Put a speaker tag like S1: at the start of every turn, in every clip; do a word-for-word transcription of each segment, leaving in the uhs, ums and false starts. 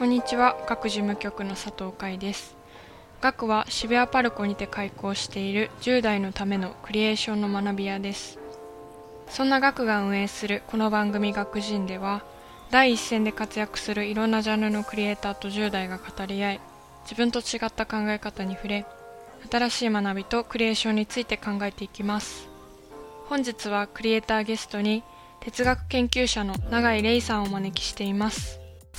S1: こんにちは、学事務局の佐藤海です。学は渋谷パルコにて開講しているじゅう代のためのクリエーションの学び屋です。そんな学が運営するこの番組学人では、第一線で活躍するいろんなジャンルのクリエイターとじゅう代が語り合い、自分と違った考え方に触れ、新しい学びとクリエーションについて考えていきます。本日はクリエイターゲストに哲学研究者の永井玲さんをお招きしています。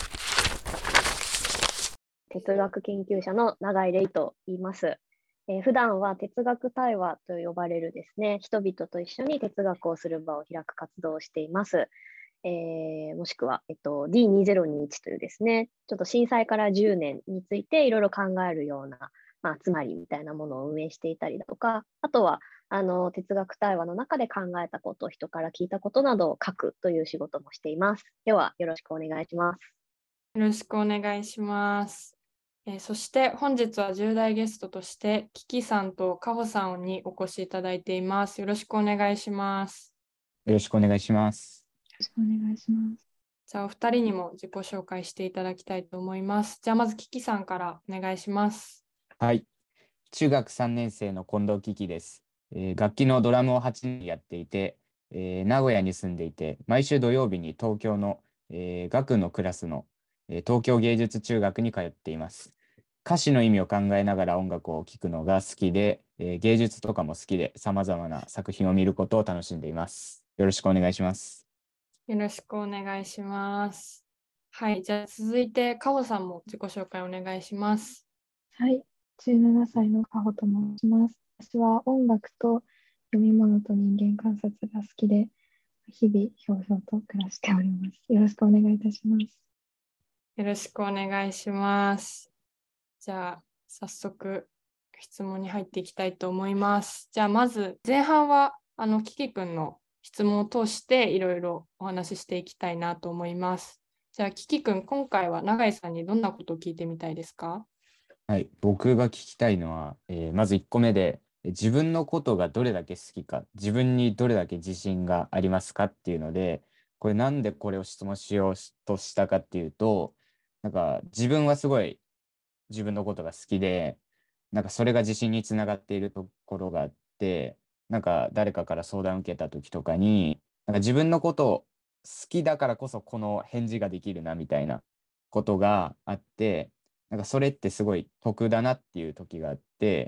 S2: 哲学研究者の永井玲と言います。えー、普段は哲学対話と呼ばれるですね、人々と一緒に哲学をする場を開く活動をしています。えー、もしくは、えっと、ディーにせんにじゅういち というですね、ちょっと震災からじゅうねんについていろいろ考えるような、まあ、つまりみたいなものを運営していたりだとか、あとはあの哲学対話の中で考えたこと、人から聞いたことなどを書くという仕事もしています。では、よろしくお願いします。
S1: よろしくお願いします。えー、そして本日はじゅう代ゲストとしてキキさんとカホさんにお越しいただいています。よろしくお願いします。
S3: よろしくお願いします。
S4: よろしくお願いします。
S1: じゃあお二人にも自己紹介していただきたいと思います。じゃあまずキキさんからお願いします。
S3: はい。中学さんねん生の近藤キキです。えー、楽器のドラムをはちねんやっていて、えー、名古屋に住んでいて、毎週土曜日に東京の、えー、学のクラスの、えー、東京芸術中学に通っています。歌詞の意味を考えながら音楽を聴くのが好きで、えー、芸術とかも好きで、さまざまな作品を見ることを楽しんでいます。よろしくお願いします。
S1: よろしくお願いします。はい、じゃあ続いてカホさんも自己紹介お願いします。
S4: はい、じゅうななさいのカホと申します。私は音楽と読み物と人間観察が好きで、日々ひょうひょうと暮らしております。よろしくお願いいたします。
S1: よろしくお願いします。じゃあ早速質問に入っていきたいと思います。じゃあまず前半はあのキキ君の質問を通していろいろお話ししていきたいなと思います。じゃあキキ君、今回は永井さんにどんなことを聞いてみたいですか？
S3: はい、僕が聞きたいのは、えーまずいっこめで、自分のことがどれだけ好きか、自分にどれだけ自信がありますかっていうので、これなんでこれを質問しようとしたかっていうと、なんか自分はすごい自分のことが好きで、なんかそれが自信につながっているところがあって、なんか誰かから相談を受けた時とかに、なんか自分のことを好きだからこそこの返事ができるなみたいなことがあって、なんかそれってすごい得だなっていう時があって、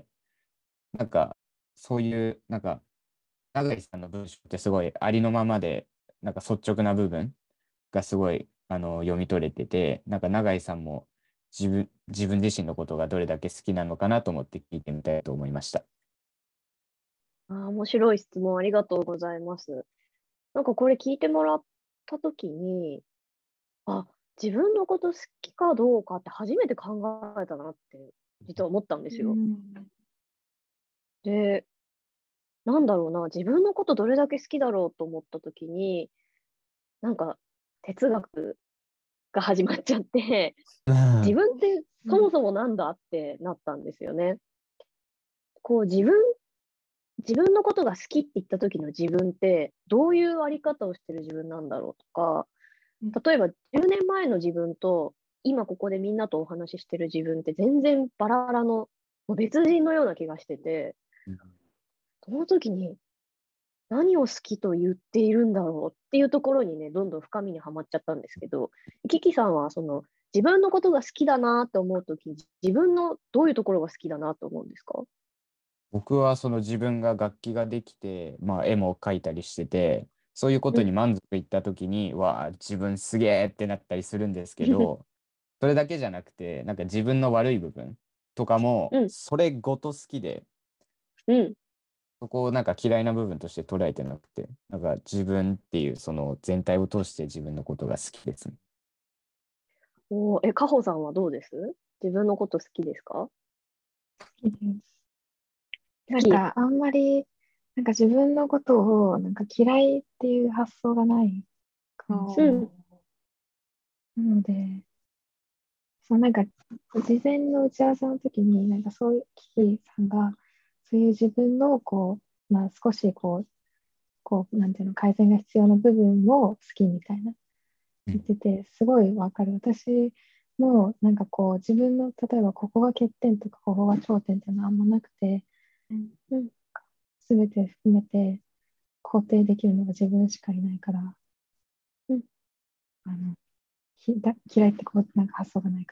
S3: なんかそういうなんか永井さんの文章ってすごいありのままで、なんか率直な部分がすごいあの読み取れてて、なんか永井さんも自分自分自身のことがどれだけ好きなのかなと思って聞いてみたいと思いました。
S2: あー、面白い質問ありがとうございます。なんかこれ聞いてもらったときに、あ、自分のこと好きかどうかって初めて考えたなって実は思ったんですよ。
S4: うん、
S2: で、なんだろうな、自分のことどれだけ好きだろうと思ったときに、なんか哲学が始まっちゃって、自分ってそもそもなんだってなったんですよね。こう自分、自分のことが好きって言った時の自分ってどういうあり方をしてる自分なんだろうとか、例えばじゅうねんまえの自分と今ここでみんなとお話ししてる自分って全然バラバラのもう別人のような気がしてて、その時に何を好きと言っているんだろうっていうところにね、どんどん深みにはまっちゃったんですけど、キキさんはその自分のことが好きだなって思う時、自分のどういうところが好きだなと思うんですか？
S3: 僕はその自分が楽器ができて、まあ、絵も描いたりしてて、そういうことに満足いった時に、わあ、自分すげえってなったりするんですけど、それだけじゃなくて、なんか自分の悪い部分とかも、
S2: うん、
S3: それごと好きで、
S2: うん。
S3: そこをなんか嫌いな部分として捉えてなくて、なんか自分っていうその全体を通して自分のことが好きですね。
S2: おー、え、かほさんはどうです？自分のこと好きですか？
S4: 好きです。なん
S2: 好き。
S4: かあんまりなんか自分のことをなんか嫌いっていう発想がないかもしれない。
S2: うん、
S4: なので、そうなんか事前の打ち合わせの時になんかそういうキキさんがそういう自分のこう、まあ、少しこう、こうなんていうの改善が必要な部分も好きみたいな
S3: うん
S4: 言っててすごいわかる。私もうなんかこう自分の例えばここが欠点とかここが頂点っていうのはあんまなくて、
S1: うん
S2: うん
S4: 全て含めて肯定できるのが自分しかいないから、
S2: うん
S4: あのひだ嫌いってこうなんか発想がないか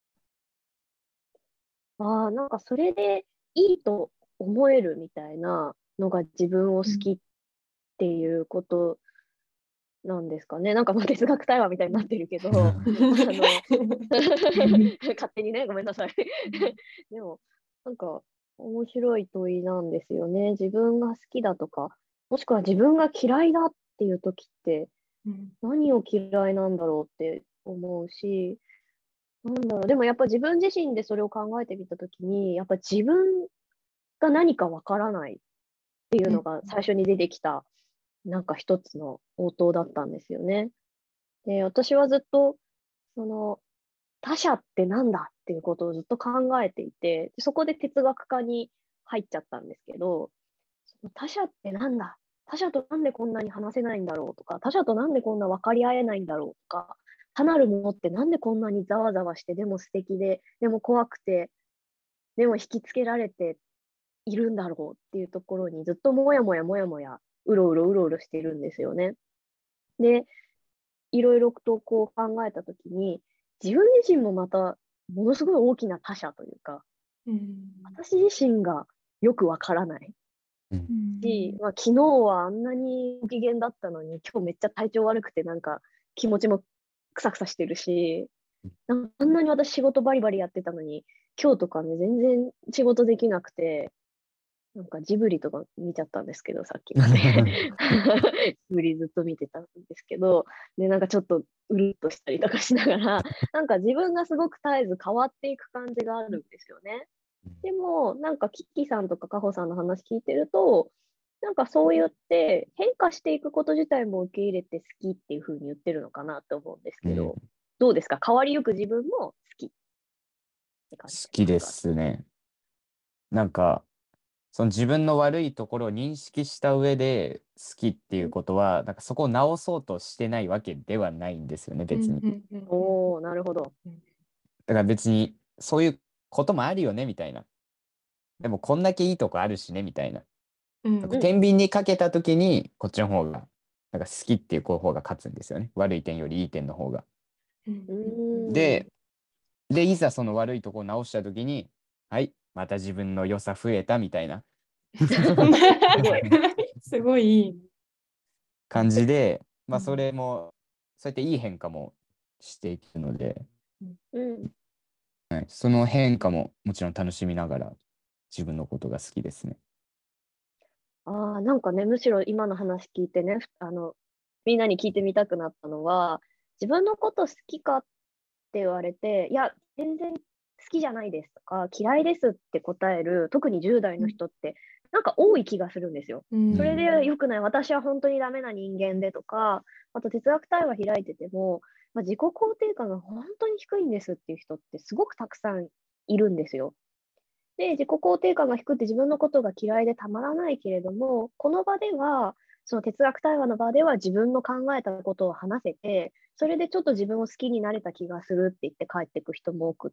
S4: も。
S2: ああ、なんかそれでいいと思えるみたいなのが自分を好きっていうことなんですかね。なんかまあ哲学対話みたいになってるけど、あの、勝手にね、ごめんなさい。でも、なんか面白い問いなんですよね。自分が好きだとか、もしくは自分が嫌いだっていう時って
S1: うん
S2: 何を嫌いなんだろうって思うし、なんだろう、でもやっぱ自分自身でそれを考えてみたときに、やっぱ自分が何かわからないっていうのが最初に出てきた、なんか一つの応答だったんですよね。で、私はずっと、その、他者ってなんだっていうことをずっと考えていて、そこで哲学科に入っちゃったんですけど、その他者ってなんだ、他者となんでこんなに話せないんだろうとか、他者となんでこんな分かり合えないんだろうとか、他なるものってなんでこんなにざわざわして、でも素敵で、でも怖くて、でも引きつけられているんだろうっていうところにずっともやもやもやもや、うろうろうろうろしてるんですよね。で、いろいろとこう考えたときに、自分自身もまたものすごい大きな他者というか、
S1: うん
S2: 私自身がよくわからない
S3: うん
S2: し、まあ、昨日はあんなにご機嫌だったのに、今日めっちゃ体調悪くて、なんか気持ちもくさくさしてるし、なんかあんなに私仕事バリバリやってたのに、今日とかね、全然仕事できなくて、なんかジブリとか見ちゃったんですけど、さっきまで。ジブリずっと見てたんですけど、で、なんかちょっとうるっとしたりとかしながら、なんか自分がすごく絶えず変わっていく感じがあるんですよね。でも、なんかキッキーさんとかカホさんの話聞いてると、なんかそう言って変化していくこと自体も受け入れて好きっていう風に言ってるのかなと思うんです
S3: うん
S2: けど、どうですか？変わりゆく自分も好きって感
S3: 好
S2: じですか？
S3: きですね。なんか、その自分の悪いところを認識した上で好きっていうことは、なんかそこを直そうとしてないわけではないんですよね、別に。
S2: おー、なるほど。
S3: だから別にそういうこともあるよね、みたいな。でもこんだけいいとこあるしね、みたいな。
S1: うん
S3: なんか天秤にかけた時に、こっちの方が、なんか好きっていう方が勝つんですよね。悪い点よりいい点の方が。
S1: うん
S2: うーん。
S3: で、で、いざその悪いとこを直した時に、はい、また自分の良さ増えたみたいな
S2: すごい。
S1: すごいいい。
S3: 感じで、まあ
S1: うん
S3: それも、そうやっていい変化もしていくので、
S2: うん。
S3: はい、その変化ももちろん楽しみながら自分のことが好きですね。
S2: ああ、なんかね、むしろ今の話聞いてね、ふあの、みんなに聞いてみたくなったのは、自分のこと好きかって言われて、いや、全然好きじゃないですとか、嫌いですって答える、特にじゅう代の人って、なんか多い気がするんですよ。
S1: うん
S2: それで良くない、私は本当にダメな人間でとか、あと哲学対話開いてても、まあ、自己肯定感が本当に低いんですっていう人ってすごくたくさんいるんですよ。で、自己肯定感が低くて自分のことが嫌いでたまらないけれども、この場では、その哲学対話の場では自分の考えたことを話せて、それでちょっと自分を好きになれた気がするって言って帰ってく人も多くって、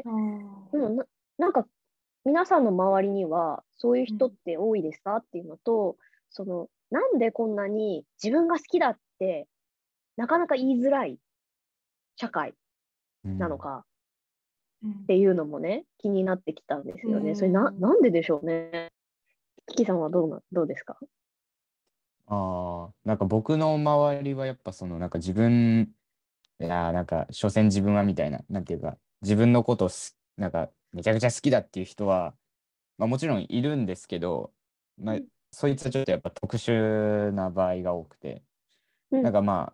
S1: あ
S2: でもな、なんか皆さんの周りにはそういう人って多いですかっていうのと、その、なんでこんなに自分が好きだってなかなか言いづらい社会
S3: うん
S2: なのか
S1: ー
S2: っていうのもね、気になってきたんですよね。それな、
S1: うん
S2: なんででしょうね。キキさんはどうな、どうですか？
S3: ああ、なんか僕の周りはやっぱそのなんか自分、いやーなんか所詮自分はみたいな、なんていうか自分のことをすなんかめちゃくちゃ好きだっていう人は、まあ、もちろんいるんですけど、まあ、
S2: うん
S3: そいつはちょっとやっぱ特殊な場合が多くて、
S2: うん
S3: なんかまあ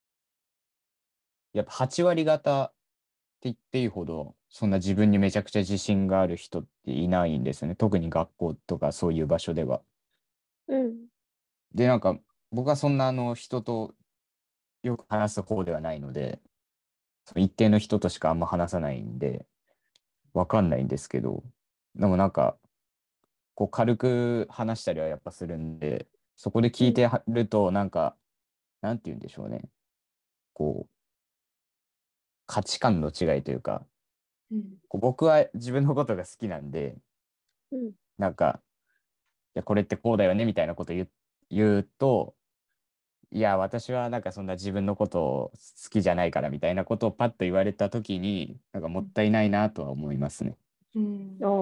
S3: やっぱはち割方って言っていいほどそんな自分にめちゃくちゃ自信がある人っていないんですよね。特に学校とかそういう場所では。
S2: うん
S3: で、なんか僕はそんなあの人とよく話す方ではないので、その一定の人としかあんま話さないんで、わかんないんですけど、でもなんか、こう軽く話したりはやっぱするんで、そこで聞いてはると、なんか、なんて言うんでしょうね。こう、 価値観の違いというか、
S1: うん
S3: こう僕は自分のことが好きなんで、
S2: うん
S3: なんか、いや、これってこうだよねみたいなこと言う、言うと、いや、私はなんかそんな自分のことを好きじゃないからみたいなことをパッと言われたときに、なんかもったいないなとは思いますね。
S1: うん
S2: ああ、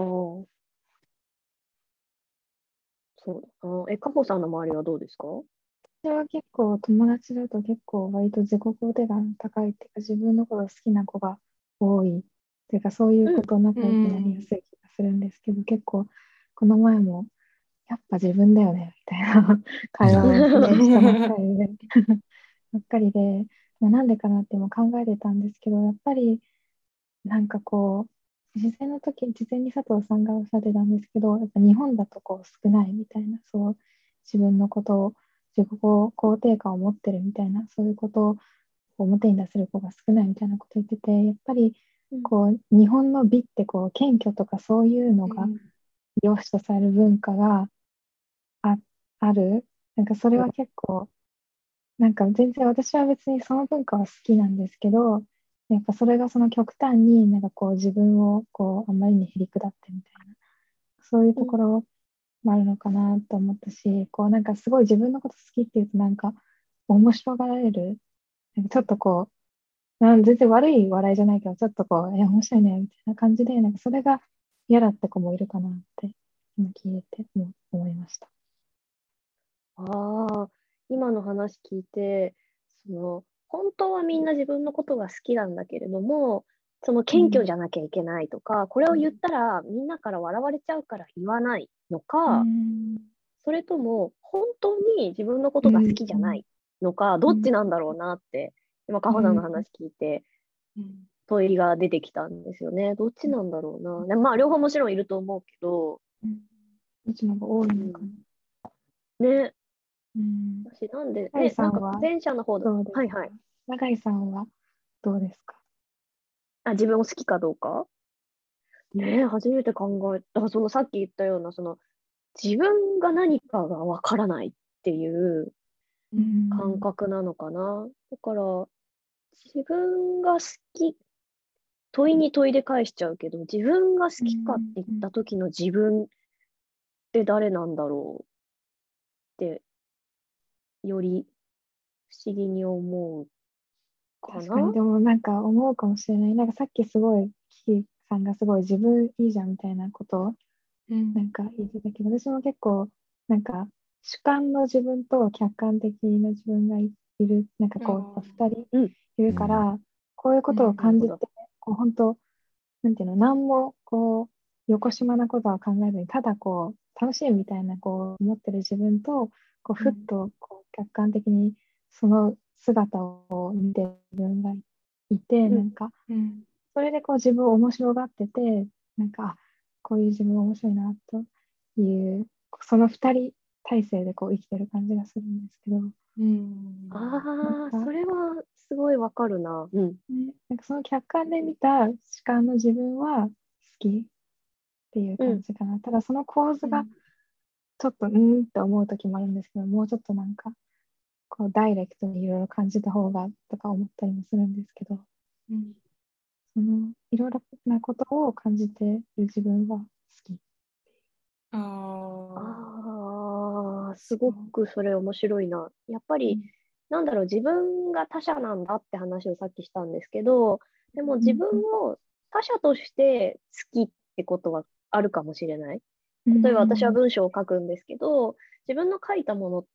S2: そうだな。え、かほさんの周りはどうですか？
S4: 私は結構友達だと結構割と自己肯定感高いっていうか自分のこと好きな子が多いっていうかそういう子と仲良くなりやすい気がするんですけど、結構この前もやっぱ自分だよねみたいな会話をすごいしたばっかりでばっかりで、まあ、なんでかなっても考えてたんですけど、やっぱりなんかこう事前の時事前に佐藤さんがおっしゃってたんですけど、やっぱ日本だとこう少ないみたいな、そう自分のことを自己肯定感を持ってるみたいな、そういうことを表に出せる子が少ないみたいなこと言ってて、やっぱりこう日本の美ってこう謙虚とかそういうのが良しとされる文化があ、ある。なんかそれは結構、なんか全然私は別にその文化は好きなんですけど、やっぱそれがその極端になんかこう自分をこうあまりにへりくだってみたいな、そういうところもあるのかなと思ったし、こうなんかすごい自分のこと好きっていうとなんか面白がられる、なんかちょっとこう、なん全然悪い笑いじゃないけど、ちょっとこう、え、面白いねみたいな感じで、なんかそれが嫌だった子もいるかなって今聞いても思いました。
S2: ああ、今の話聞いて、その、本当はみんな自分のことが好きなんだけれども、その謙虚じゃなきゃいけないとか、これを言ったらみんなから笑われちゃうから言わないの
S4: う
S2: か、
S4: ん。
S2: それとも本当に自分のこ
S4: う
S2: とが好きじゃな
S4: ん。
S2: いのか、どっちなんだろうなって、今、かほさんの話聞いて
S1: うん
S2: 問いが出てきたんですよね。どっちなんだろうな。でまあ、両方もちろんいると思うけど、
S4: どっちの方が多いのかな。
S2: ね、
S4: うん。
S2: 私なんで、
S4: 永井
S2: ね、なんか
S4: さんは
S2: 前者の方だ。
S4: どうですか？
S2: はいはい。
S4: 永井さんはどうですか？
S2: あ、自分を好きかどうかねえ、初めて考えた。そのさっき言ったような、その自分が何かがわからないっていう
S4: う
S2: 感
S4: ん。
S2: 覚なのかな。だから、自分が好き、問いに問いで返しちゃうけど、自分が好
S4: う
S2: きかって
S4: ん。
S2: 言った時の自分って誰なんだろうって、より不思議に思うか
S4: 確かに、
S2: な。
S4: でもなんか思うかもしれない。なんかさっきすごい、キキさんがすごい自分いいじゃんみたいなことを
S1: うん
S4: なんか言ってたけど、私も結構、なんか主観の自分と客観的な自分がい、いる、なんかこう、二人
S2: うん、
S4: いるから、こういうことを
S2: なるほど。
S4: 感じて、こう本当、なんていうの、何もこう、横島なことは考えずに、ただこう、楽しいみたいな、こう、思ってる自分と、こう、ふっと、こう、客観的にその姿を見てる自分がいて、
S2: うん、
S4: なんか、
S1: うん
S4: それでこう自分を面白がってて、なんか、あこういう自分面白いなという、その二人体制でこう生きてる感じがするんですけど、
S1: うん
S4: なん
S2: ああ、
S4: か、
S2: それはすごいわかるな。うん。
S4: ね、なんかその客観で見た主観の自分は好きっていう
S2: うん。
S4: 感じかな。ただその構図が
S1: うん
S4: ちょっとうーんって思う時もあるんですけど、もうちょっとなんか、こうダイレクトにいろいろ感じた方がとか思ったりもするんですけど、
S1: うん
S4: そのいろいろなことを感じている自分は好き。
S1: ああ
S2: ああ、すご
S1: そう
S2: くそれ面白いな。やっぱり、
S1: うん
S2: なんだろう、自分が他者なんだって話をさっきしたんですけど、でも自分を他者として好きってことはあるかもしれない。
S4: うん。
S2: 例えば私は
S4: うん。
S2: 文章を書くんですけど、自分の書いたものって、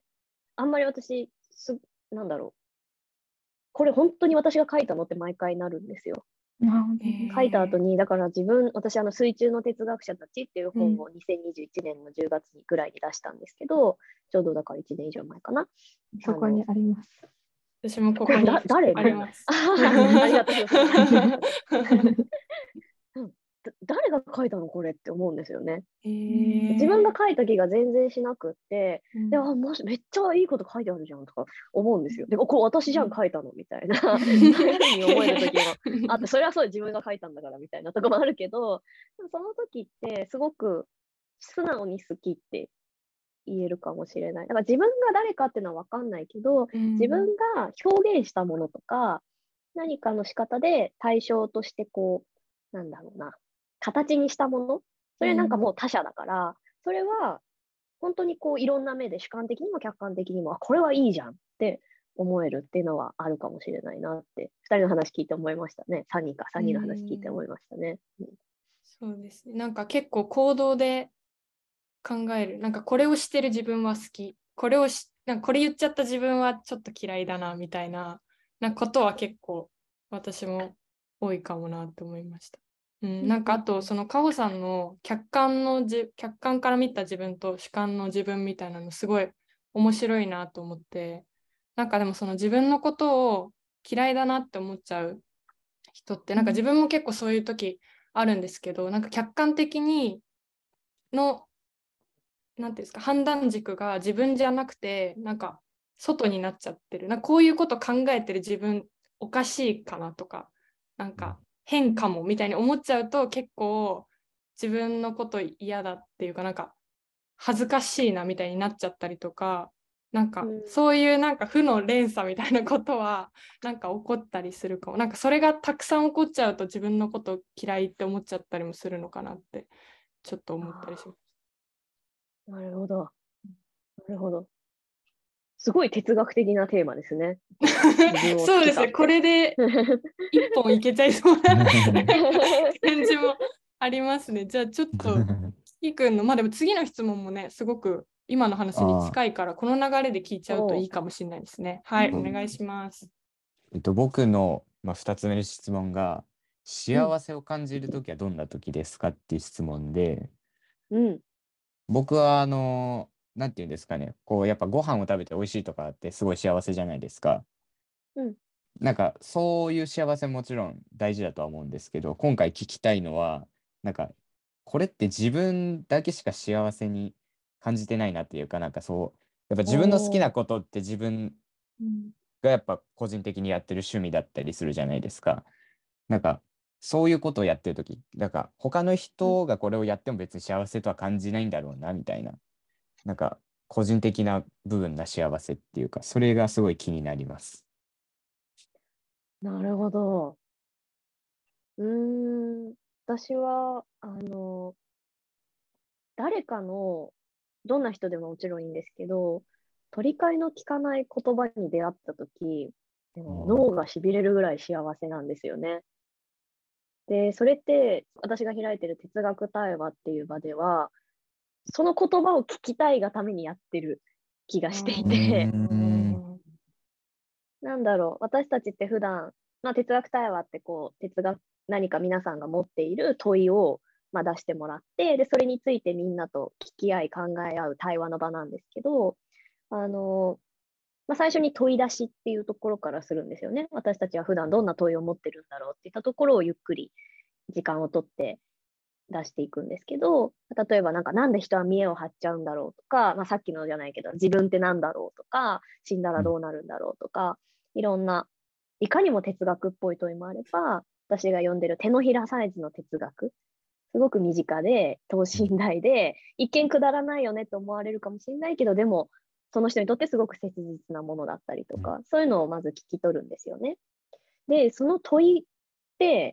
S2: あんまり私、す、なんだろう、これ本当に私が書いたのって毎回なるんですよ。
S4: あ、本
S1: え
S4: 当に。
S2: 書いた後
S1: ー
S2: に、だから自分、私、あの、水中の哲学者たちっていう
S1: うん
S2: 本をにせんにじゅういちねんのじゅうがつにぐらいに出したんですけど、ちょうどだからいちねん以上前かな。
S4: そこにあります。
S1: 私もこ
S2: これ
S1: こに
S2: だ誰ね
S1: あります。
S2: ありがとうございます。うんだ誰が書いたのこれって思うんですよね。
S1: え
S2: 自分が
S1: ー
S2: 書いた気が全然しなくって、
S1: うん
S2: で、あ、もしめっちゃいいこと書いてあるじゃんとか思うんですよ。で、これ私じゃん書いたのみたいな、そういうふうに思える時もあって、それはそう自分が書いたんだからみたいなとこもあるけど、でもその時ってすごく素直に好きって言えるかもしれない。だから自分が誰かっていうのは分かんないけど、
S1: うん
S2: 自分が表現したものとか、 何かの仕方で対象としてこう、なんだろうな、形にしたもの、それなんかもう他者だから、それは本当にこういろんな目で主観的にも客観的にも、あ、これはいいじゃんって思えるっていうのはあるかもしれないなって、ふたりの話聞いて思いましたね。さんにんか、さんにんの話聞いて思いましたね。うん、
S1: そうですね。なんか結構行動で考える。なんかこれをしてる自分は好き。これをし、なんかこれ言っちゃった自分はちょっと嫌いだな、みたいな、なことは結構私も多いかもなって思いました。うん、なんかあと、そのカホさんの客観のじ、客観から見た自分と主観の自分みたいなのすごい面白いなと思って、なんかでもその自分のことを嫌いだなって思っちゃう人って、なんか自分も結構そういう時あるんですけど、なんか客観的にの、なんていうんですか、判断軸が自分じゃなくて、なんか外になっちゃってる。なんかこういうこと考えてる自分おかしいかなとか、なんか変かもみたいに思っちゃうと結構自分のこと嫌だっていうか、なんか恥ずかしいなみたいになっちゃったりとか、なんか
S2: うん
S1: そういうなんか負の連鎖みたいなことはなんか起こったりするかも。なんかそれがたくさん起こっちゃうと自分のこと嫌いって思っちゃったりもするのかなってちょっと思ったりします。
S2: なるほど。なるほど。すごい哲学的なテーマですね。自分を
S1: そうですね、
S2: 好きかって。
S1: これで一本いけちゃいそうな感じもありますね。じゃあちょっと、キキ君の、まあでも次の質問もね、すごく今の話に
S3: ああ、
S1: 近いから、この流れで聞いちゃうとい
S2: お
S1: いかもしれないですね。はい、
S3: うん
S1: お願いします。
S3: えっと、僕の、まあ、ふたつめの質問が、
S2: うん、
S3: 幸せを感じるときはどんなときですかっていう質問で、
S2: うん、
S3: 僕は、あの、なんていうんですかね、こう、やっぱご飯を食べて美味しいとかってすごい幸せじゃないですか。
S2: うん。
S3: なんか、そういう幸せももちろん大事だとは思うんですけど、今回聞きたいのは、なんか、これって自分だけしか幸せに感じてないなっていうか、なんかそう、やっぱ自分の好きな
S2: おー、
S3: ことって自分
S1: うん
S3: がやっぱ個人的にやってる趣味だったりするじゃないですか。なんか、そういうことをやってるとき、だから他の
S2: うん、
S3: 人がこれをやっても別に幸せとは感じないんだろうな、みたいな。なんか、個人的な部分な幸せっていうか、それがすごい気になります。
S2: なるほど。うーん、私は、あの、誰かの、どんな人でももちろんいいんですけど、取り替えの効かない言葉に出会ったとき、でも
S3: うん
S2: 脳がしびれるぐらい幸せなんですよね。で、それって私が開いてる哲学対話っていう場では、その言葉を聞きたいがためにやってる気がしてい
S3: うー
S2: て、
S3: ん。
S2: なんだろう、私たちって普段、まあ、哲学対話ってこう、哲学、何か皆さんが持っている問いを、まあ、出してもらって、で、それについてみんなと聞き合い、考え合う対話の場なんですけど、あの、まあ、最初に問い出しっていうところからするんですよね。私たちは普段どんな問いを持ってるんだろうっていったところをゆっくり時間をとって出していくんですけど、例えばなんかなんで人は見栄を張っちゃうんだろうとか、まあ、さっきのじゃないけど自分ってなんだろうとか、死んだらどうなるんだろうとか、いろんないかにも哲学っぽい問いもあれば、私が読んでる手のひらサイズの哲学、すごく身近で等身大で、一見くだらないよねと思われるかもしれないけど、でもその人にとってすごく切実なものだったりとか、そういうのをまず聞き取るんですよね。で、その問いって、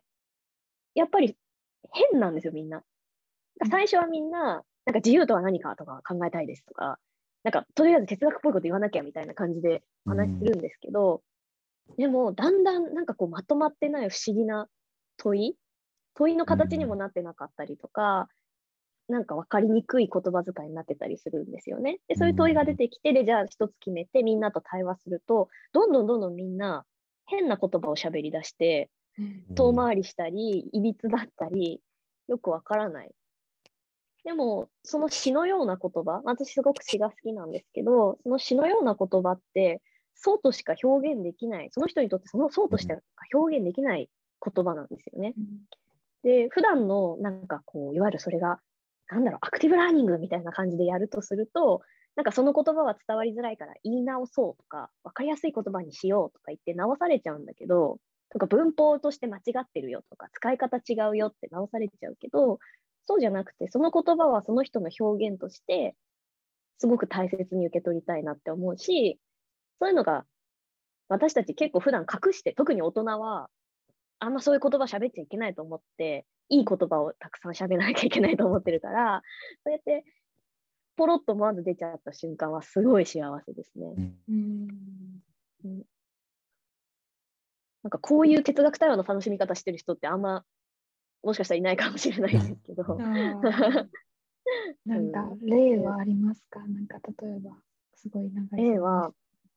S2: やっぱり変なんですよ、みんな。最初はみんな、なんか自由とは何かとか考えたいですとか、なんかとりあえず哲学っぽいこと言わなきゃみたいな感じでお話しするんですけど、でもだんだんなんかこうまとまってない不思議な問い、問いの形にもなってなかったりとか、なんか分かりにくい言葉遣いになってたりするんですよね。で、そういう問いが出てきて、で、じゃあ一つ決めてみんなと対話すると、どんどんどんどんみんな変な言葉を喋り出して、遠回りしたり、いびつだったり、よくわからない。でも、その詩のような言葉、私すごく詩が好きなんですけど、その詩のような言葉って、そうとしか表現できない、その人にとってそのそうとしか表現できない言葉なんですよね。で、普段のなんかこう、いわゆるそれが、なんだろう、アクティブラーニングみたいな感じでやるとすると、なんかその言葉は伝わりづらいから言い直そうとか、わかりやすい言葉にしようとか言って直されちゃうんだけど、とか文法として間違ってるよとか、使い方違うよって直されちゃうけど、そうじゃなくて、その言葉はその人の表現として、すごく大切に受け取りたいなって思うし、そういうのが私たち結構普段隠して、特に大人は、あんまそういう言葉喋っちゃいけないと思って、いい言葉をたくさん喋らなきゃいけないと思ってるから、そうやって、ポロッとまず出ちゃった瞬間はすごい幸せですね。
S3: うん
S1: うん
S2: うん、なんかこういう哲学対話の楽しみ方してる人ってあんま、もしかしたらいないかもしれないんですけど。
S1: あー
S4: なんか
S2: うん
S4: 例はありますか？なんか例えば、すごい長い。
S2: 例は、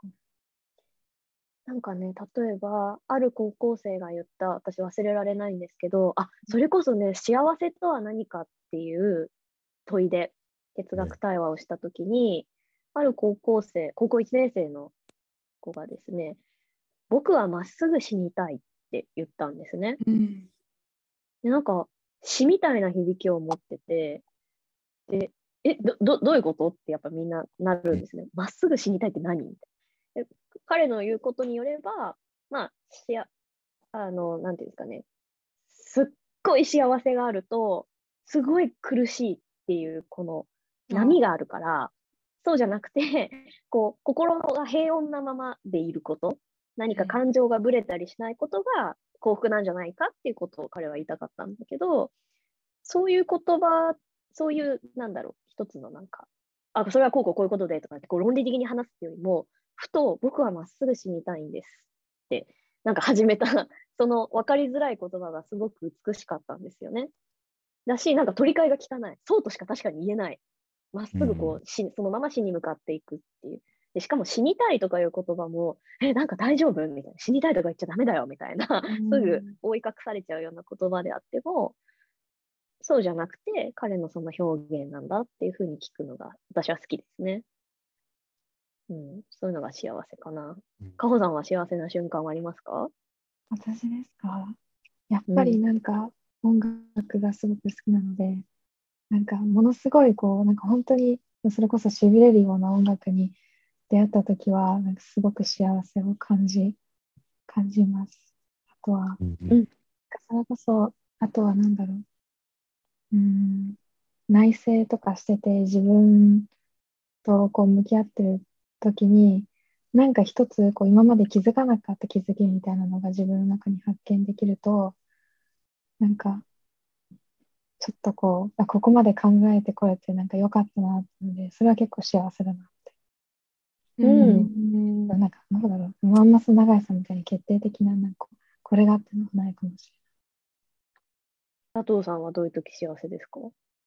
S2: なんかね、例えば、ある高校生が言った、私忘れられないんですけど、あ、それこそね、幸せとは何かっていう問いで哲学対話をしたときに、ある高校生、高校いちねん生の子がですね、僕はまっすぐ死にたいって言ったんですね。
S1: うん
S2: で、なんか、死みたいな響きを持ってて、で、え、ど、ど、どういうことってやっぱみんななるんですね。まっすぐ死にたいって何みたいな。で彼の言うことによれば、まあ、しや、あの、なんていうんですかね、すっごい幸せがあると、すごい苦しいっていう、この波があるから、そうじゃなくて、こう、心が平穏なままでいること、何か感情がぶれたりしないことが幸福なんじゃないかっていうことを彼は言いたかったんだけど、そういう言葉、そういう、なんだろう、一つのなんか、あ、それはこうこうこういうことでとかってこう論理的に話すっていうよりも、ふと僕はまっすぐ死にたいんですって、なんか始めた、その分かりづらい言葉がすごく美しかったんですよね。だし、なんか取り替えが効かない。そうとしか確かに言えない。まっすぐこう、死そのまま死に向かっていくっていう。でしかも死にたいとかいう言葉も、え、なんか大丈夫みたいな。死にたいとか言っちゃダメだよみたいな、すぐ覆い隠されちゃうような言葉であっても、そうじゃなくて、彼のその表現なんだっていうふうに聞くのが、私は好きですね。うん、そういうのが幸せかな。かほさんは幸せな瞬間はありますか？
S4: 私ですか？やっぱりなんか音楽がすごく好きなので、なんかものすごいこう、なんか本当にそれこそ痺れるような音楽に出会ったときは、なんかすごく幸せを感じ、感じます。あとは、
S3: うん
S2: うん
S4: それこそ、あとはなんだろう、うーん、内省とかしてて自分とこう向き合ってる時に、なんか一つこう今まで気づかなかった気づきみたいなのが自分の中に発見できると、なんかちょっとこう、あ、ここまで考えてこれてなんか良かったなってので、それは結構幸せだなって。
S2: う
S1: うんん
S4: なんか、なんだろう、マンマス長井さんみたいに決定的な、なんかこれがっていうのはないかもし
S2: 佐藤さんはどういう時幸せですか？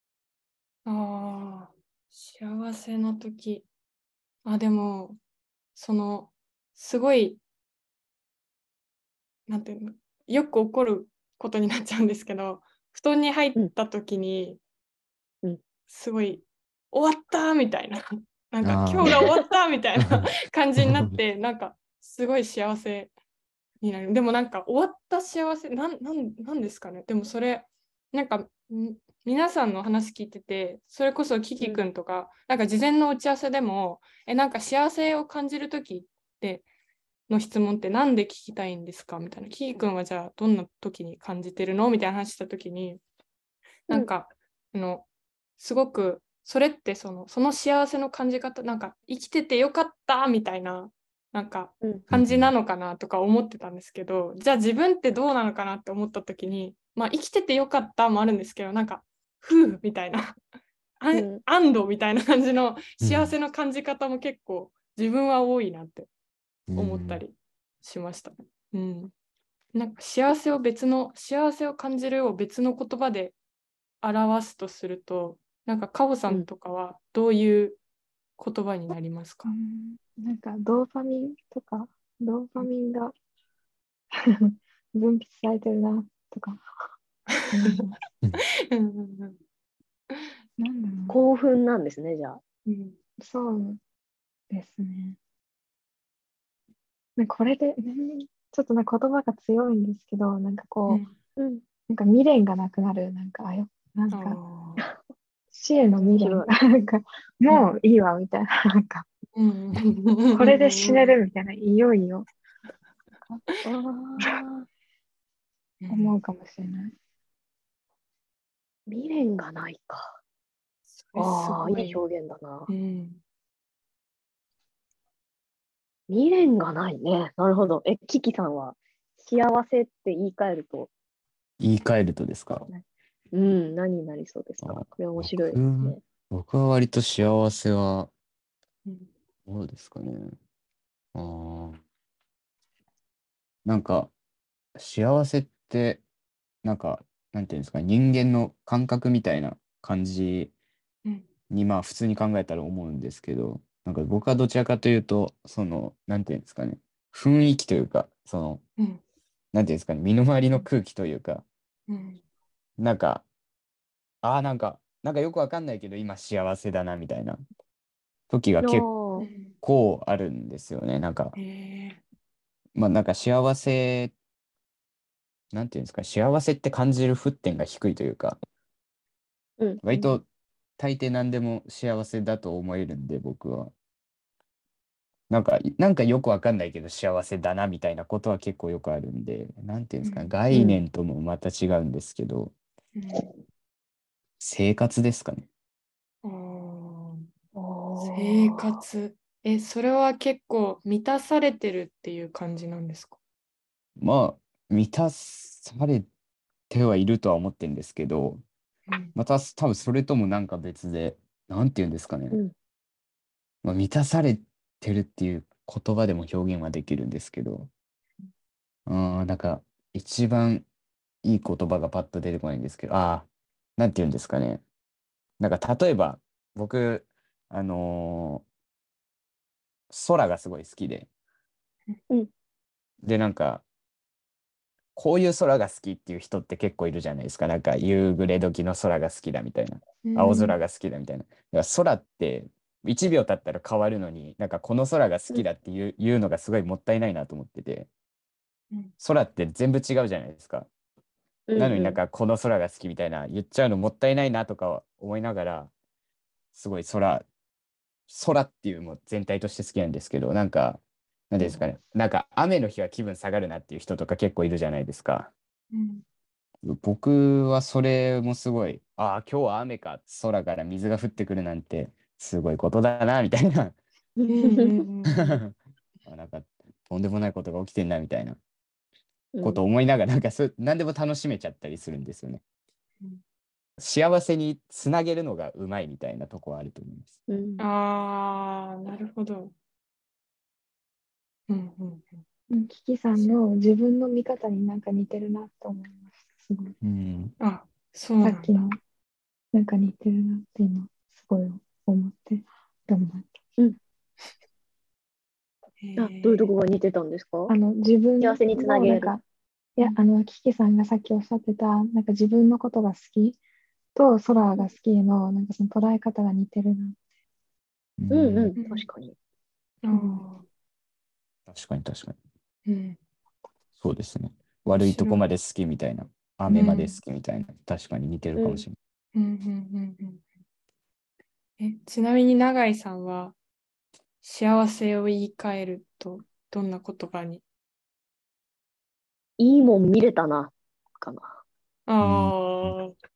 S1: ああ、幸せな時。あ、でも、その、すごい、なんていうの、よく起こることになっちゃうんですけど、布団に入った時に、
S2: うんうん
S1: すごい、終わったみたいな、なんか
S3: あー
S1: 今日が終わったみたいな感じになって、なんかすごい幸せになる。でもなんか終わった幸せ、なん、なん、なんですかね。でもそれ、なんか、ん皆さんの話聞いてて、それこそキキくんとか、なんか事前の打ち合わせでも、え、なんか幸せを感じるときっての質問ってなんで聞きたいんですかみたいな。キキくんはじゃあどんな時に感じてるのみたいな話したときに、なんか、あの、すごく、それってその、その幸せの感じ方、なんか生きててよかったみたいな、なんか
S2: うん
S1: 感じなのかなとか思ってたんですけど、じゃあ自分ってどうなのかなって思った時に、まあ生きててよかったもあるんですけど、なんか、ふうみたいな、あ
S2: うん
S1: 安堵みたいな感じの
S3: うん
S1: 幸せの感じ方も結構自分は多いなって思った
S3: うん
S1: りしましたね。うん。なんか幸せを別の、幸せを感じるを別の言葉で表すとすると、なんかカホさんとかはどういう言葉になります
S4: れ
S1: か？
S4: ない。なんかドーパミンとか、ドーパミンが分泌されてるなとか、うん、
S1: うんうん
S4: なんだろうな。
S2: 興奮なんですね、じゃあ。
S1: うん
S4: そうですね。なんかこれで、うんちょっとなんか言葉が強いんですけど、なんかこ
S1: うん
S4: う、
S2: うん。
S4: なんか未練がなくなる、なんか、あよ、なん
S1: あ
S4: か、
S1: ー
S4: 死への未練、
S2: 面白い。
S4: なんか、もういいわ、みたいな、なんか、
S1: うん
S4: これで死ねるみたいな、いよいよ、
S2: ああ、
S4: 思うかもしれない。
S2: 未練がないか。
S1: それす
S2: ああ、
S1: ごい。
S2: いい表現だな。
S1: うん
S2: 未練がないね。なるほど。え、キキさんは幸せって言い換えると、
S3: 言い換えるとですか？
S2: うん、何になりそうですか？
S3: あ、
S2: これ面白いです
S3: 僕、
S2: ね。
S3: 僕は割と幸せは、
S1: うん
S3: どうですかね。あーなんか、幸せって、なんか、なんていうんですか、人間の感覚みたいな感じ
S1: うん
S3: に、まあ、普通に考えたら思うんですけど、なんか僕はどちらかというと、その、なんていうんですかね、雰囲気というか、その、
S1: うん
S3: なんていうんですかね、身の回りの空気というか、
S1: うん
S3: なんか、ああ、なんか、なんかよくわかんないけど、今幸せだな、みたいな時が結
S2: ああ、
S1: うん
S3: 構あるんですよね。なんか、
S1: へえ
S3: まあなんか幸せ、なんていうんですか、幸せって感じる沸点が低いというか、
S2: うん、うん。
S3: 割と大抵何でも幸せだと思えるんで、僕は。なんか、なんかよくわかんないけど幸せだなみたいなことは結構よくあるんで、なんていうんですかね、
S1: うん
S3: 概念ともまた違うんですけど、
S1: うん
S3: 生活ですかね。
S1: あー生
S2: おー。
S1: 活。え、それは結構満たされてるっていう感じなんですか？
S3: まあ、満たされてはいるとは思ってるんですけど、
S1: うん
S3: また多分それともなんか別で、なんていうんですかね。
S2: うん。
S3: まあ、満たされてるっていう言葉でも表現はできるんですけど、あーなんか一番いい言葉がパッと出てこないんですけど、ああ、なんて言うんですかね。なんか例えば僕、あのー空がすごい好きで、
S2: うん。
S3: で、なんかこういう空が好きっていう人って結構いるじゃないですか。なんか夕暮れ時の空が好きだみたいな。青空が好きだみたいな。だから空っていちびょう経ったら変わるのに、なんかこの空が好きだっていう、いうのがすごいもったいないなと思ってて、
S1: うん
S3: 空って全部違うじゃないですか。
S2: うん。
S3: なのになん
S2: うん。
S3: かこの空が好きみたいな言っちゃうのもったいないなとか思いながら、すごい空、空っていうもう全体として好きなんですけど、なんか、なんていうんですかね、なんか雨の日は気分下がるなっていう人とか結構いるじゃないですか。
S1: うん
S3: 僕はそれもすごい、ああ、今日は雨か、空から水が降ってくるなんてすごいことだな、みたいな。
S1: うんうんうん
S3: あなんか、とんでもないことが起きてんな、みたいなことを
S2: うん。
S3: 思いながら、なんかそ、何でも楽しめちゃったりするんですよね。
S1: うん
S3: 幸せにつなげるのがうまいみたいなとこはあると思います。
S2: うん。
S1: ああ、なるほど。うんうん
S4: うん、キキさんの自分の見方になんか似てるなと思いました。すごい。
S3: うん。
S1: うん。あ、そうなんだ。
S4: さっきのなんか似てるなって今、すごい思って、どうも
S2: うん。
S1: へ
S2: あ、どういうとこ
S1: え。
S2: が似てたんですか？
S4: あの、自分
S2: 幸せにつなげる。
S4: のなんか、いや、あの、キキさんがさっきおっしゃってた、なんか自分のことが好きと空が好きの、なんかその捉え方が似てるな。
S2: うんうん。
S1: うん
S2: 確かに。
S1: あ
S4: うん、
S1: あ、
S3: 確かに確かに。
S1: うん。
S3: そうですね。
S1: 面
S3: 悪いとこ
S1: 白い。
S3: まで好きみたいな。雨まで好
S1: うん。
S3: きみたいな。確かに似てる
S2: うん。
S3: かもしれない。
S1: うんうんうんうん。え、ちなみに永井さんは幸せを言い換えるとどんな言葉に？
S2: いいもん見れたな、かな。
S3: うん。
S1: ああ。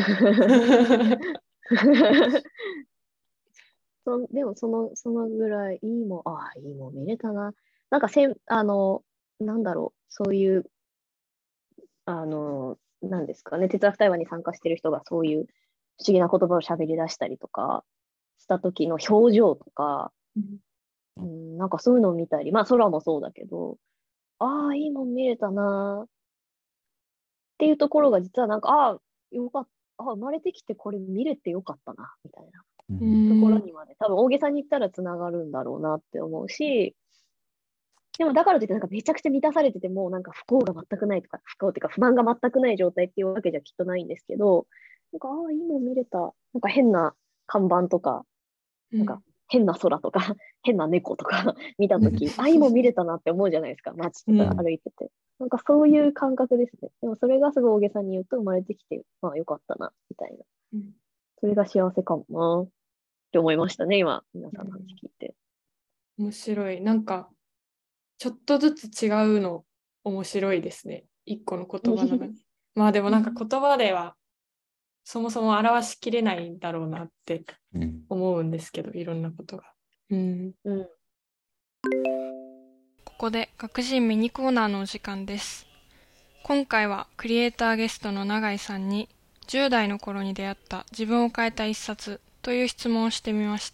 S2: そんでもその、そのぐらい、いいもん、ああ、いいもん見れたな。なんかせん、あの、なんだろう、そういう、あの、なんですかね、哲学対話に参加してる人がそういう不思議な言葉を喋り出したりとかした時の表情とか、
S1: うん
S2: うん、なんかそういうのを見たり、まあ空もそうだけど、ああ、いいもん見れたなっていうところが実はなんか、ああ、よかった、ああ、生まれてきてこれ見れてよかったな、みたいな
S3: う
S1: うん
S2: ところ
S1: ん
S2: にまで、多分大げさに言ったらつながるんだろうなって思うし、でもだからといってなんかめちゃくちゃ満たされてても、なんか不幸が全くないとか、不幸っていうか不満が全くない状態っていうわけじゃきっとないんですけど、なんか、ああ、いいもん見れた。なんか変な看板とか、なんか
S1: うん
S2: 変な空とか、変な猫とか見たとき、あ、いいもん見れたなって思うじゃないですか、街とか歩いてて。なんかそういう感覚ですね。でもそれがすごい大げさに言うと生まれてきて、まあよかったな、みたいな。
S1: うん
S2: それが幸せかもなって思いましたね、今、皆さんの話聞いて。
S1: 面白い。なんか、ちょっとずつ違うの面白いですね。一個の言葉なのに。まあでもなんか言葉ではそもそも表しきれないんだろうなって
S3: ん。
S1: 思うんですけど、いろんなことが。うん。
S2: うん。
S1: こで学人ミニコーナーのお時間です。今回はクリエイターゲストの永井さんにじゅう代の頃に出会った自分を変えた一冊という質問をしてみました。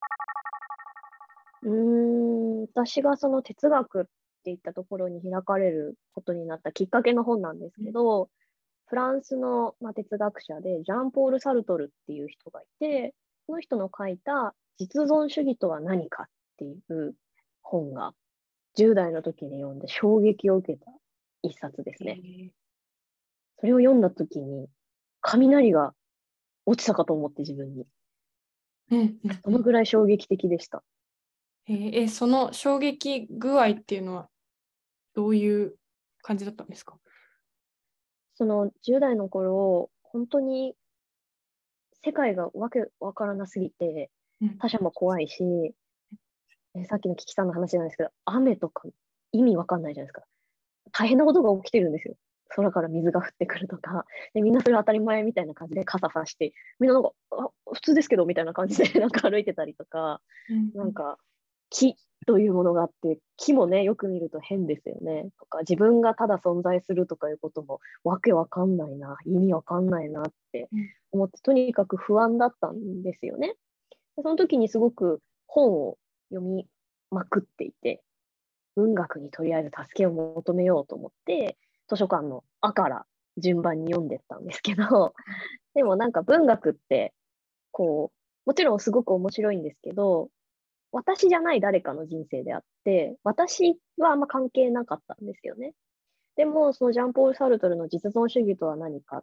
S2: うーん、私がその哲学っていったところに開かれることになったきっかけの本なんですけど、フランスの、まあ、哲学者でジャンポール・サルトルっていう人がいて、その人の書いた実存主義とは何かっていう本がじゅう代の時に読んで衝撃を受けた一冊ですね。それを読んだ時に雷が落ちたかと思って自分に。そのぐらい衝撃的でした。
S1: えー、えその衝撃具合っていうのはどういう感じだったんですか？
S2: そのじゅう代の頃、本当に世界がわけわからなすぎて、他者も怖いし、うん、さっきのキキさんの話じゃないですけど、雨とか意味わかんないじゃないですか。大変なことが起きてるんですよ。空から水が降ってくるとか、でみんなそれ当たり前みたいな感じで傘さして、みんななんか、あ、普通ですけどみたいな感じでなんか歩いてたりとか、うん、なんか木というものがあって、木もね、よく見ると変ですよね。とか、自分がただ存在するとかいうこともわけわかんないな、意味わかんないなって思って、とにかく不安だったんですよね。その時にすごく本を読みまくっていて、文学にとりあえず助けを求めようと思って、図書館の「あ」から順番に読んでったんですけど、でもなんか文学って、こう、もちろんすごく面白いんですけど、私じゃない誰かの人生であって、私はあんま関係なかったんですよね。でも、そのジャンポール・サルトルの実存主義とは何かって、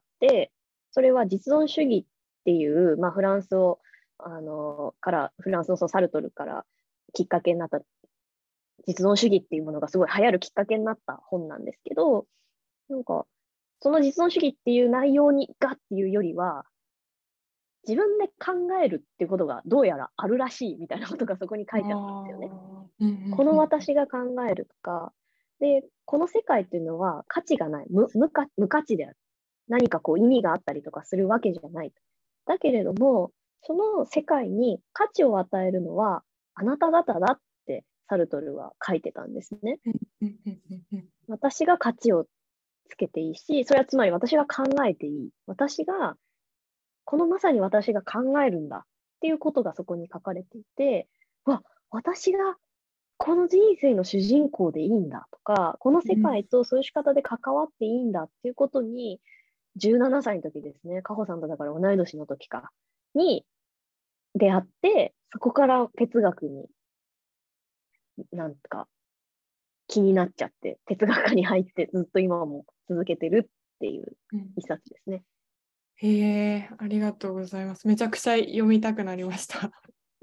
S2: それは実存主義っていう、まあ、フランスを、あの、から、フランスのそのサルトルからきっかけになった、実存主義っていうものがすごい流行るきっかけになった本なんですけど、なんか、その実存主義っていう内容にがっていうよりは、自分で考えるっていうことがどうやらあるらしいみたいなことがそこに書いてあったんですよね。うんうんうん、この私が考えるとか、で、この世界っていうのは価値がない、無、無価、無価値である。何かこう意味があったりとかするわけじゃない。だけれども、その世界に価値を与えるのはあなた方だってサルトルは書いてたんですね。私が価値をつけていいし、それはつまり私が考えていい。私がこのまさに私が考えるんだっていうことがそこに書かれていて、わ、私がこの人生の主人公でいいんだとか、この世界とそういう仕方で関わっていいんだっていうことに、じゅうななさいの時ですね、カホさんとだから同い年の時か、に出会って、そこから哲学になんか気になっちゃって、哲学科に入ってずっと今も続けてるっていう一冊ですね。
S1: うん、へえ、ありがとうございます。めちゃくちゃ読みたくなりました。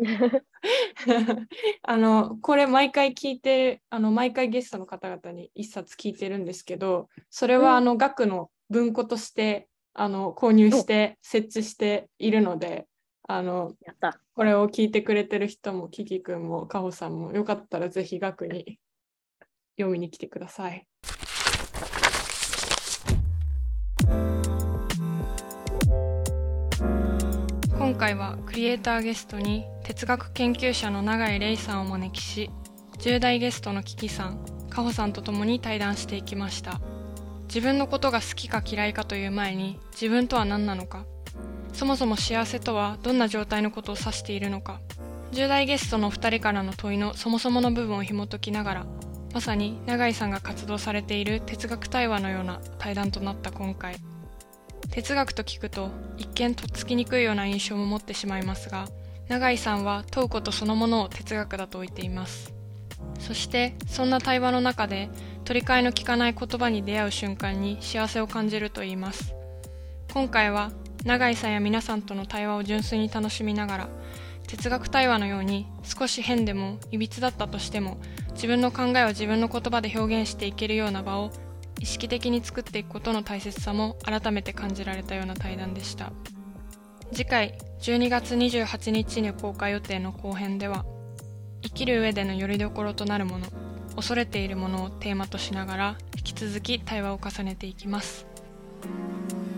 S1: あのこれ毎回聞いてあの毎回ゲストの方々に一冊聞いてるんですけど、それはあの学の文庫としてあの購入して設置しているので、あの
S2: やった
S1: これを聞いてくれてる人もキキくんもカホさんもよかったらぜひ学に読みに来てください。今回はクリエイターゲストに哲学研究者の永井玲さんをお招きし、じゅう代ゲストのキキさん、カホさんと共に対談していきました。自分のことが好きか嫌いかという前に、自分とは何なのか、そもそも幸せとはどんな状態のことを指しているのか、じゅう代ゲストのふたりからの問いのそもそもの部分を紐解きながら、まさに永井さんが活動されている哲学対話のような対談となった今回。哲学と聞くと一見とっつきにくいような印象も持ってしまいますが、永井さんは問うことそのものを哲学だと置いています。そしてそんな対話の中で取り替えの利かない言葉に出会う瞬間に幸せを感じるといいます。今回は永井さんや皆さんとの対話を純粋に楽しみながら、哲学対話のように少し変でもいびつだったとしても自分の考えを自分の言葉で表現していけるような場を意識的に作っていくことの大切さも改めて感じられたような対談でした。次回じゅうにがつにじゅうはちにちに公開予定の後編では、生きる上での拠り所となるもの、恐れているものをテーマとしながら引き続き対話を重ねていきます。